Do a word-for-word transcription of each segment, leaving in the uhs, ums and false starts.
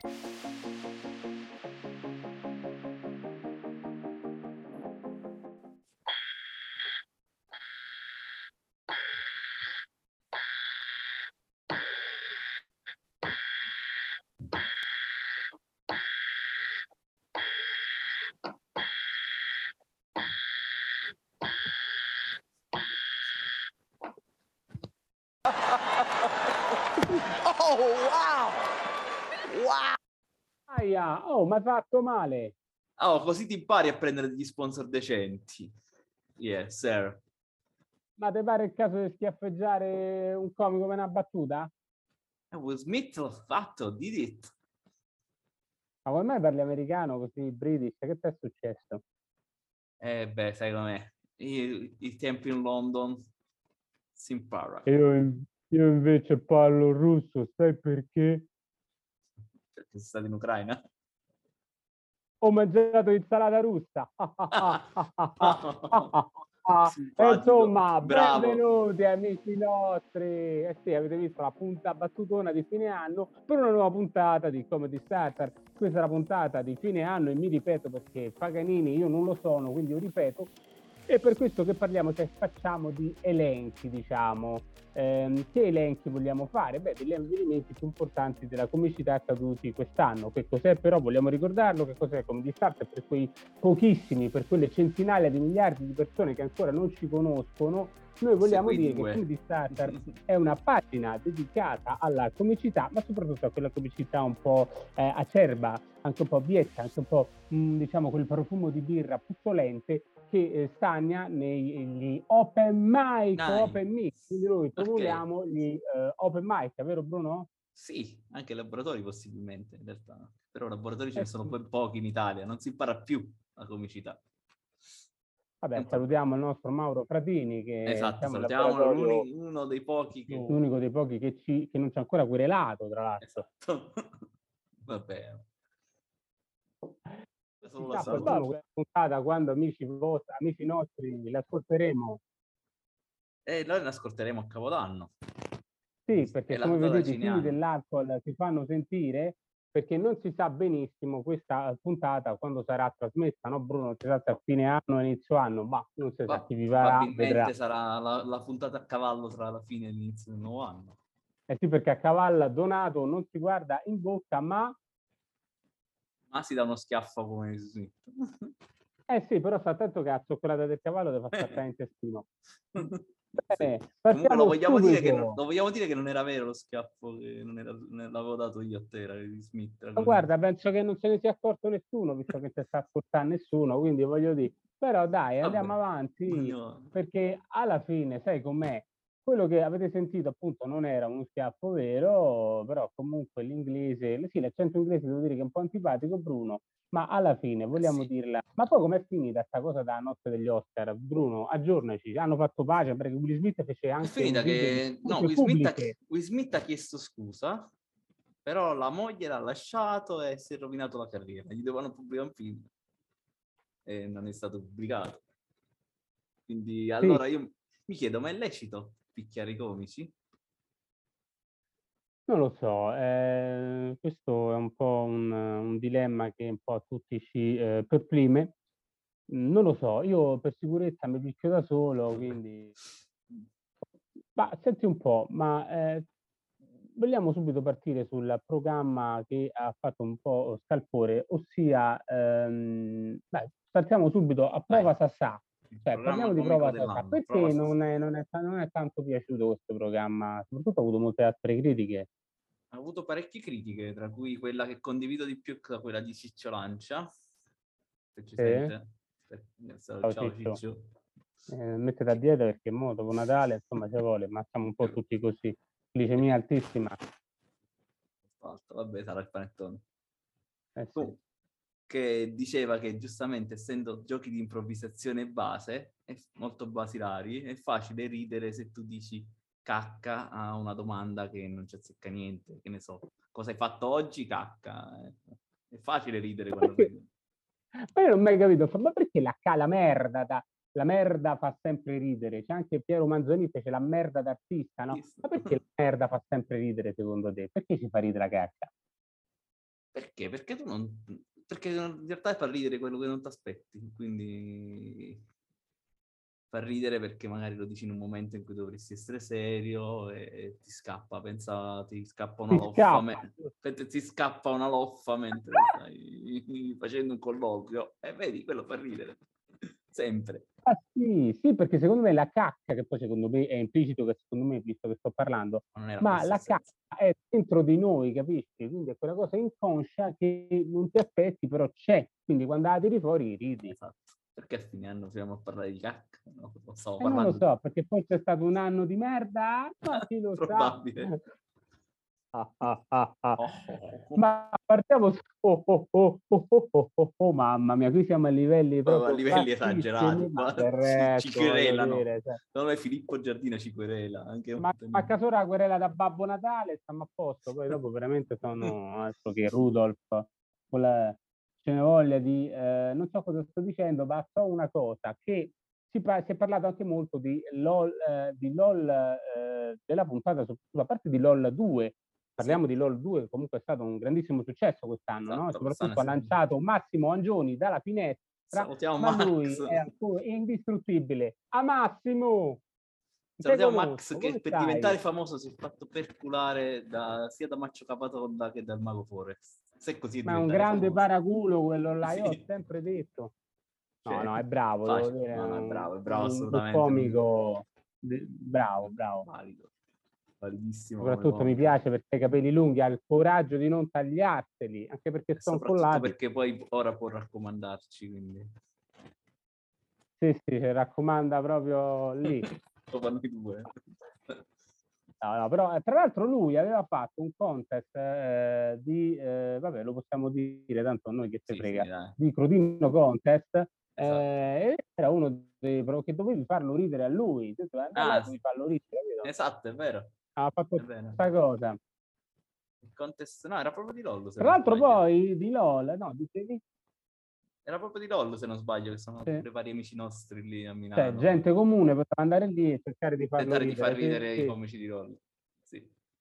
Oh, wow! Wow! Aia, oh, mi hai fatto male. Oh, così ti impari a prendere degli sponsor decenti. Yes, sir. Ma ti pare il caso di schiaffeggiare un comico per una battuta? Eh, Will Smith l'ho fatto, did it. Ma come mai parli americano così british? Che ti è successo? Eh beh, sai com'è. Il, il tempo in London si impara. Io, in- io invece parlo russo, sai perché? Perché sei stato in Ucraina? Ho mangiato insalata russa. E Simpatico, insomma, bravo. benvenuti amici nostri. Eh sì, avete visto la punta battutona di fine anno per una nuova puntata di Comedy Starter. Questa è la puntata di fine anno e mi ripeto perché Paganini io non lo sono, quindi io ripeto. E per questo che parliamo, cioè facciamo di elenchi, diciamo. Eh, che elenchi vogliamo fare? Beh, degli avvenimenti più importanti della comicità accaduti quest'anno. Che cos'è però? Vogliamo ricordarlo? Che cos'è Comedy Starter per quei pochissimi, per quelle centinaia di miliardi di persone che ancora non ci conoscono? Noi vogliamo dire che Comedy Starter è una pagina dedicata alla comicità, ma soprattutto a quella comicità un po' eh, acerba, anche un po' bietta, anche un po' mh, diciamo quel profumo di birra puzzolente che eh, stagna negli open mic, Dai. open mic, quindi noi promuoviamo Ok. gli eh, open mic, vero Bruno? Sì, anche laboratori possibilmente, in realtà. Però laboratori ce Eh ne sono sì. ben pochi in Italia, non si impara più la comicità. È Vabbè, un problema. salutiamo il nostro Mauro Fratini che Esatto, siamo il salutiamo laboratorio, l'uni- uno dei pochi che... l'unico dei pochi che, ci, che non ci ha ancora querelato, tra l'altro. Esatto. Va bene. Solo la Chissà, poi saluto. Bruno, questa puntata quando amici vostri, amici nostri l'ascolteremo. E noi ne ascolteremo a Capodanno. Sì, È perché la come data vedete i figli cineana. dell'alcol si fanno sentire perché non si sa benissimo questa puntata quando sarà trasmessa, no Bruno? Non si sa se a fine anno o inizio anno, ma non si sa Va- chi vivrà, vedrà. probabilmente sarà la, la puntata a cavallo tra la fine e l'inizio del nuovo anno. Eh sì, perché a cavallo Donato non si guarda in bocca, ma... Ma si dà uno schiaffo come Smith. Eh sì, però sta attento che la cioccolata del cavallo ti fa scattare intestino. Bene, Sì. Comunque lo partiamo vogliamo, dire che non, subito. lo vogliamo dire che non era vero lo schiaffo, che non, era, non l'avevo dato io a te, era di Smith. Era Ma quello di- guarda, penso che non se ne sia accorto nessuno, visto che non sta ascoltando nessuno, quindi voglio dire, però dai, andiamo Vabbè, avanti, andiamo avanti. perché alla fine, sai com'è? Quello che avete sentito appunto non era uno schiaffo vero, però comunque l'inglese, sì, l'accento inglese devo dire che è un po' antipatico, Bruno, ma alla fine Eh vogliamo sì. dirla. Ma poi com'è finita sta cosa dalla notte degli Oscar? Bruno, aggiornaci, hanno fatto pace perché Will Smith fece È anche un finita video di che... No, scuse Will Smith, ha, pubbliche. Will Smith ha chiesto scusa, però la moglie l'ha lasciato e si è rovinato la carriera. Gli dovevano pubblicare un film e non è stato pubblicato. Quindi allora io mi chiedo, ma è lecito picchiare i comici? Non lo so, eh, questo è un po' un, un dilemma che un po' a tutti ci eh, perplime. Non lo so, io per sicurezza mi picchio da solo, quindi... Ma senti un po', ma eh, vogliamo subito partire sul programma che ha fatto un po' scalpore, ossia, ehm, dai, partiamo subito a Dai, Prova Sassà. il Cioè, programma parliamo di comico Prova Sassà. dell'anno. Prova Perché Sassà. non è, non è- non è tanto piaciuto questo programma? Soprattutto ha avuto molte altre critiche. Ha avuto parecchie critiche, tra cui quella che condivido di più è quella di Ciccio Lancia, se ci Sì? sente. Ciao, Ciao ciao Ciccio. Ciccio. Eh, mettete a dieta perché mo dopo Natale insomma ci vuole, ma siamo un po' tutti così. Glicemia altissima. Vabbè, sarà il panettone. Eh sì. Comunque, che diceva che giustamente essendo giochi di improvvisazione base, è molto basilari, è facile ridere se tu dici cacca a una domanda che non ci azzecca niente, che ne so, cosa hai fatto oggi? Cacca. È facile ridere quando Perché? ridi. Ma io non ho mai capito, ma perché la, la merda da, la merda fa sempre ridere? C'è anche Piero Manzoni fece la merda d'artista, no? Ma perché la merda fa sempre ridere secondo te? Perché ci fa ridere la cacca? Perché? Perché tu non... Perché in realtà fa ridere quello che non ti aspetti, quindi fa ridere perché magari lo dici in un momento in cui dovresti essere serio e, e ti scappa, pensa, ti scappa una Ti loffa, scappa. me- mentre ti scappa una loffa mentre stai facendo un colloquio, e vedi, quello fa ridere, sempre. Ah, sì, sì, perché secondo me la cacca, che poi secondo me è implicito, che secondo me, visto che sto parlando, Ma non era ma questo il la senso. cacca è dentro di noi, capisci? Quindi è quella cosa inconscia che non ti aspetti, però c'è. Quindi quando la tiri fuori ridi. Esatto. Perché a fine anno finiamo a parlare di cacca? No, non stavo E non lo parlando so, perché poi c'è stato un anno di merda, ma chi lo sa? probabile. Ah, ah, ah, ah. Oh, oh, oh. Ma partiamo su... Oh, oh, oh, oh, oh, oh, oh, oh, mamma mia, qui siamo a livelli Oh, a proprio livelli bassissimi, esagerati, ma qua del ci, ci resto, voglio querelano. dire... Cioè, Secondo me Filippo Giardina ci querela anche ma molto. a caso la querela da Babbo Natale, stiamo a posto, poi dopo veramente sono altro che Rudolph, con la... ce ne voglia di... eh, non so cosa sto dicendo, ma so una cosa, che si, pa- si è parlato anche molto di LOL, eh, di LOL eh, della puntata, soprattutto a parte di LOL due, parliamo Sì, di LOL due, che comunque è stato un grandissimo successo quest'anno, no? esatto, quest'anno Soprattutto ha è... lanciato Massimo Angioni dalla finestra, Salutiamo ma lui Max. è ancora indistruttibile. A Massimo! Te Salutiamo Max conosco, che come per stai? diventare famoso si è fatto perculare da- sia da Maccio Capatonda che dal Mago Forest. Se così è Ma è un diventare grande famoso. paraculo quello là, io ho Sì, sempre detto. No, cioè, no, è bravo, devo facile. dire, è No, no, è un, bravo, è bravo un- un assolutamente. Non... comico de- bravo, bravo. Valido, validissimo come Soprattutto mi comico. piace perché ha i capelli lunghi, ha il coraggio di non tagliarseli, anche perché E sono soprattutto incollati. perché poi ora può raccomandarci, quindi... Sì, sì, ci raccomanda proprio lì. Dopo noi due. No, no, però eh, tra l'altro lui aveva fatto un contest eh, di, eh, vabbè, lo possiamo dire, tanto a noi che ci Sì, sì, frega, dai. di Crotino Contest, Esatto. eh, e era uno dei pro- che dovevi farlo ridere a lui. Tu devi andare là e Ah, devi farlo ridere, capito? esatto, è vero. Ha fatto È vero. questa cosa. Il contest... No, era proprio di LOL, se Tra non l'altro sbaglio. poi di LOL, no, dicevi, Era proprio di LOL, se non sbaglio, che sono sì. pure vari amici nostri lì a Cioè, Milano. gente comune poteva andare lì e cercare di farlo Tentare di far ridere. Sì, ridere i sì. comici di LOL. Sì.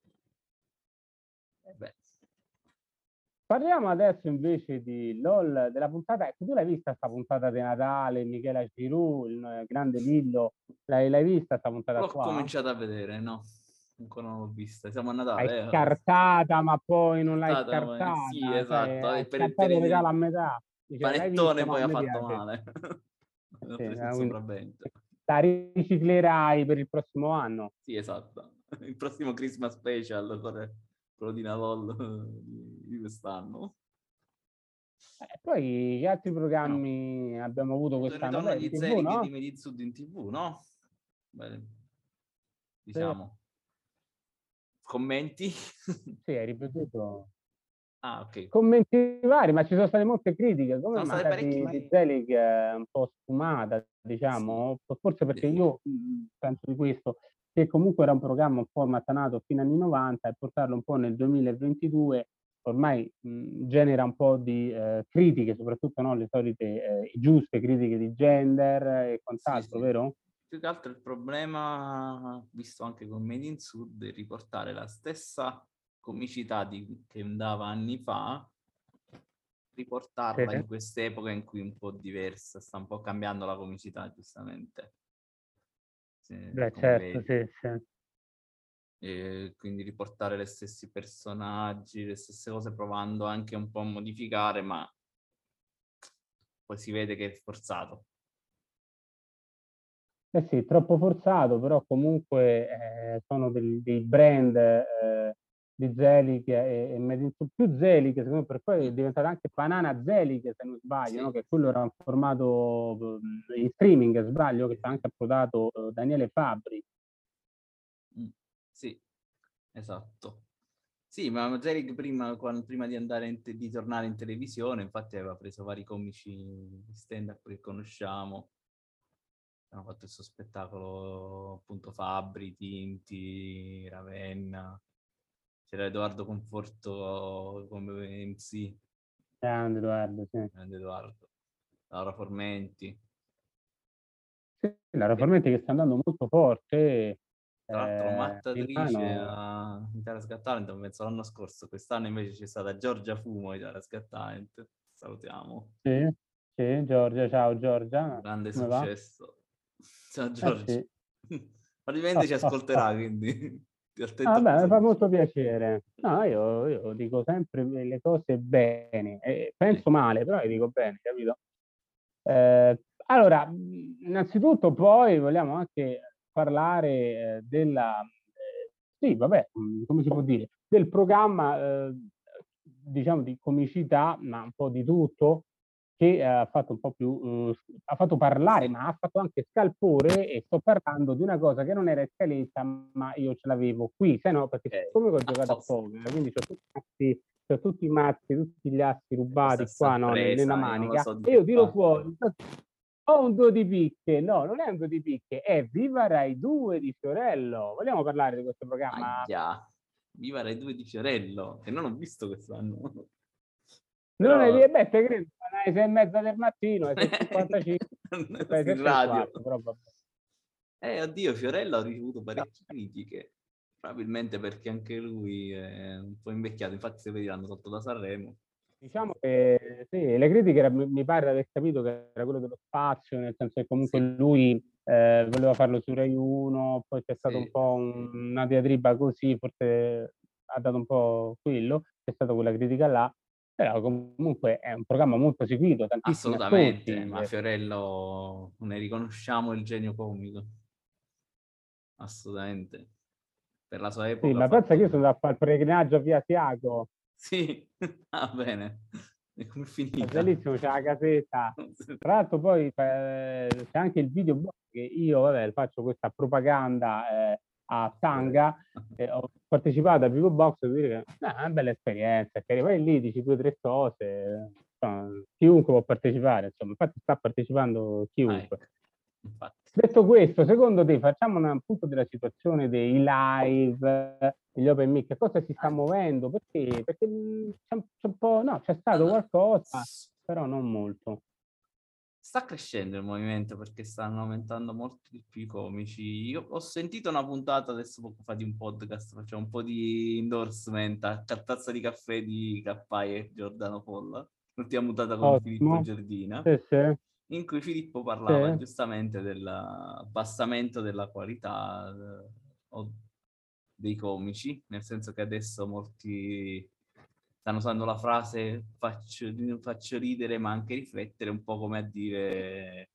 Eh beh. Parliamo adesso invece di LOL, della puntata. Ecco, tu l'hai vista sta puntata di Natale, Michela Giroux, il eh, grande Lillo, l'hai, l'hai vista sta puntata L'ho qua? cominciato a vedere, no. Ancora non l'ho vista. Siamo a L'hai Natale, eh. scartata, ma poi non l'hai Stata, ma- sì, scartata, cioè esatto. hai E per il, per scartato il regalo il a metà. Dice, l'hai vista? panettone No, poi a ha me fatto piace. male. Eh Ho sì, preso eh, il quindi sopravvento. la riciclerai per il prossimo anno. Sì, esatto. Il prossimo Christmas special, quello di Navol di di quest'anno. Eh, poi che altri Ah, no. programmi abbiamo avuto Il quest'anno? ritorno Beh, in di T V, Zelig e di no? Medizud in tivù, no? Beh, Sì, diciamo. Commenti? sì, hai ripetuto. Ah, ok. Commenti vari, ma ci sono state molte critiche, come Sono state manca di, parecchie... di Zelig eh, un po' sfumata, Sì. diciamo, forse perché io mh, penso di questo, che comunque era un programma un po' matanato fino agli anni novanta e portarlo un po' nel duemilaventidue ormai mh, genera un po' di eh, critiche, soprattutto no, le solite eh, giuste critiche di gender e Sì, quant'altro, sì. vero? Più che altro il problema, visto anche con Made in Sud, è riportare la stessa comicità di, che andava anni fa, Sì. riportarla in quest'epoca in cui è un po' diversa, sta un po' cambiando la comicità, giustamente, se- Beh, come certo, vedi. sì, sì. E quindi riportare gli stessi personaggi, le stesse cose, provando anche un po' a modificare, ma poi si vede che è forzato. Eh sì, troppo forzato, però comunque eh, sono dei, dei brand eh, di Zelig e, e Made in Sud, più Zelig, secondo me per poi è Mm, diventata anche Banana Zelig, se non sbaglio, no? sì, Che quello era un formato eh, in streaming, sbaglio, che sì, ha sì. anche approdato eh, Daniele Fabbri. Mm, sì, esatto. Sì, ma Zelig prima, quan- prima di andare in te- di tornare in televisione, infatti aveva preso vari comici di stand-up che conosciamo. Hanno fatto il suo spettacolo, appunto, Fabbri, Tinti, Ravenna. C'era Edoardo Conforto come M C, Grande Edoardo, sì. grande Edoardo. Laura Formenti. Sì, la E- Reformenti che sta andando molto forte, Tra l'altro, eh, mattatrice Milano, a Italia's Got Talent, penso l'anno scorso, quest'anno invece c'è stata Giorgia Fumo a Italia's Got Talent. Salutiamo. sì, sì, Giorgia, ciao Giorgia, Grande come va? successo. Ciao Eh Giorgia. sì. Probabilmente ci ascolterà, quindi ti Ah, attento a beh, mi cosa fa dici. molto piacere. No, io, io dico sempre le cose bene, e penso Ecco. male, però le dico bene, capito? Eh, allora, mh, innanzitutto poi vogliamo anche parlare eh, della, eh, sì, vabbè, mh, come si può dire, del programma, eh, diciamo, di comicità, ma un po' di tutto, che eh, ha fatto un po' più, eh, ha fatto parlare, Sì. ma ha fatto anche scalpore, e sto parlando di una cosa che non era in scaletta, ma io ce l'avevo qui, se no, perché Ok, siccome ho a giocato a posto. poker, quindi ho tutti, i mazzi- c'ho tutti i mazzi, tutti gli assi E questa è rubati qua, no, nel- nella sorpresa, io non lo manica, so di e che io tiro parli. fuori, ho un due di picche, no, non è un due di picche, è Viva Rai due di Fiorello. Vogliamo parlare di questo programma? Ahia. Viva Rai due di Fiorello, che non ho visto quest'anno. Non è Però via, beh, te credo, alle sei e mezza del mattino, alle sei e cinquantacinque, sei, in sette e un radio. quarto, però vabbè. Eh, oddio, Fiorello ha ricevuto parecchie critiche, probabilmente perché anche lui è un po' invecchiato, infatti se vedi l'hanno tolto da Sanremo. Diciamo che sì, le critiche era- mi pare di aver capito che era quello dello spazio, nel senso che comunque Sì, lui eh, voleva farlo su Rai uno, poi c'è stato un sì. po' un- una diatriba così, forse ha dato un po' quello, c'è stata quella critica là, però comunque è un programma molto seguito, tantissimi Assolutamente, ascolti. ma eh. Fiorello ne riconosciamo il genio comico, assolutamente. Per la sua Sì, epoca ha ma pensa che io fatto... sono andato a fare il pellegrinaggio via Asiago, Sì, ah bene, e com'è è finita? bellissimo, c'è la casetta. Tra l'altro poi eh, c'è anche il video blog che io vabbè, faccio questa propaganda eh, a Tanga, eh, ho partecipato al Vivo Box, devo dire che eh, è una bella esperienza, che vai lì, dici due o tre cose, eh, insomma, chiunque può partecipare, insomma, infatti sta partecipando Ah, chiunque. ecco, infatti. Detto questo, secondo te facciamo un punto della situazione dei live, degli open mic, che cosa si sta Ah, muovendo? Perché, perché mh, c'è, un c'è un po', no, c'è stato allora, qualcosa, però non molto. sta crescendo il movimento perché stanno aumentando molto di più i comici. Io ho sentito una puntata adesso poco fa di un podcast, facciamo un po' di endorsement a tazza di caffè di Cappai e Giordano Polla, l'ultima puntata con Filippo Ottimo. Giardina, Sì, sì, in cui Filippo parlava sì. giustamente dell'abbassamento della qualità eh, o- dei comici, nel senso che adesso molti stanno usando la frase faccio, faccio ridere ma anche riflettere, un po' come a dire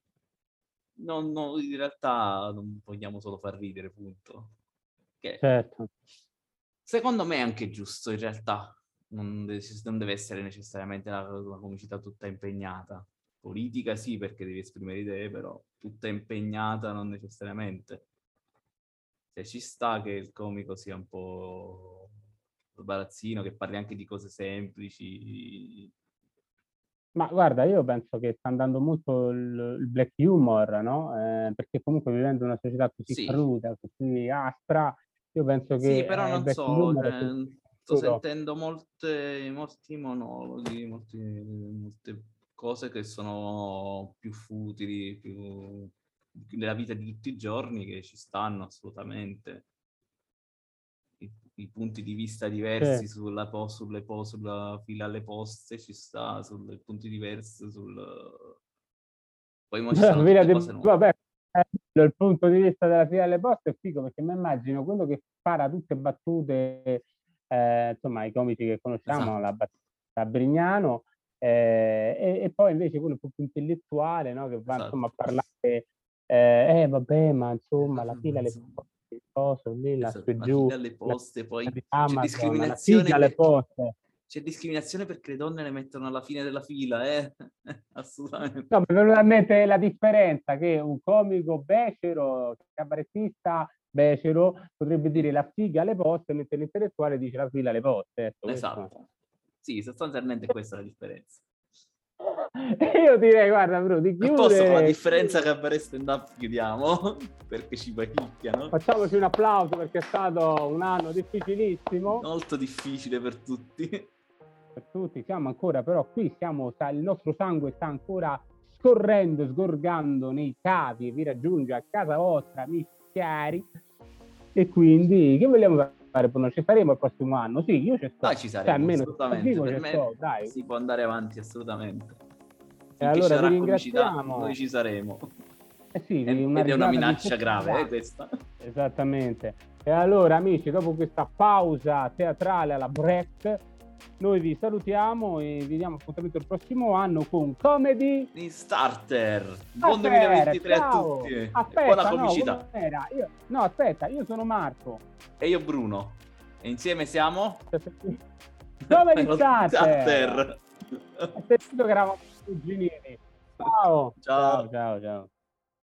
no, no, in realtà non vogliamo solo far ridere, punto. Che Certo. secondo me è anche giusto, in realtà. Non deve, non deve essere necessariamente una, una comicità tutta impegnata. Politica sì, perché devi esprimere idee, però tutta impegnata non necessariamente. Cioè, ci sta che il comico sia un po' sbarazzino, che parli anche di cose semplici. Ma guarda, io penso che sta andando molto il, il black humor, no? Eh, perché comunque vivendo in una società così Sì, cruda, così aspra, io penso sì, che però eh, il non black so, humor è cioè, sempre sto conosciuto. sentendo molte, molti monologhi, molti- molte cose che sono più futili, più della vita di tutti i giorni, che ci stanno assolutamente. I, i punti di vista diversi Sì. sulla, po- sulle po- sulla fila alle poste ci sta, sui punti diversi, sul... Poi mo ci sono Fila tutte di- cose nuove. vabbè, eh, il punto di vista della fila alle poste è figo perché mi immagino quello che spara tutte battute, eh, insomma, i comici che conosciamo, la Esatto, battuta Brignano, eh, e, e poi invece quello un po' più intellettuale, no, che va insomma esatto. a parlare, eh, eh, vabbè, ma insomma, la fila alle Esatto. poste, il coso lì, là su Esatto, e la giù, fila alle la poste, poi di c'è Amazon, la discriminazione figa alle perché poste. c'è discriminazione perché le donne le mettono alla fine della fila, eh? Assolutamente. No, mi è venuta in mente la differenza che un comico becero, cabarettista becero, potrebbe Sì, dire la figa alle poste, mentre l'intellettuale dice la fila alle poste. Ecco, questo. esatto. Sì, sostanzialmente è questa la differenza. E io direi, guarda, Bru, di A posto con la chiudere, differenza chiudere. che a Bare Stand Up chiudiamo, perché ci picchiano. Facciamoci un applauso perché è stato un anno difficilissimo Molto difficile per tutti. per tutti. Siamo ancora, però, qui siamo, il nostro sangue sta ancora scorrendo, sgorgando nei cavi, vi raggiunge a casa vostra, amici cari. E quindi che vogliamo fare? Non ci saremo il prossimo anno? Sì, io ci sto. Dai, ci Cioè, saremo, almeno assolutamente. vivo Per ci me sto, dai. si può andare avanti, assolutamente. E Finché allora ci vi sarà comicità, ringraziamo. noi ci saremo. Eh sì, Ed una ed è una risata di minaccia tutti grave, eh, quanti. questa. Esattamente. E allora, amici, dopo questa pausa teatrale alla Brecht, noi vi salutiamo e vi diamo appuntamento il prossimo anno con Comedy In Starter. Buon Starter. duemilaventitré a Ciao. tutti. E Aspetta, buona no, comicità. com'era? Io, no, aspetta, io sono Marco. E io Bruno. E insieme siamo Comedy Lo Starter. Starter. Hai sentito che eravamo cuginini. Ciao. Ciao. Ciao, ciao, ciao.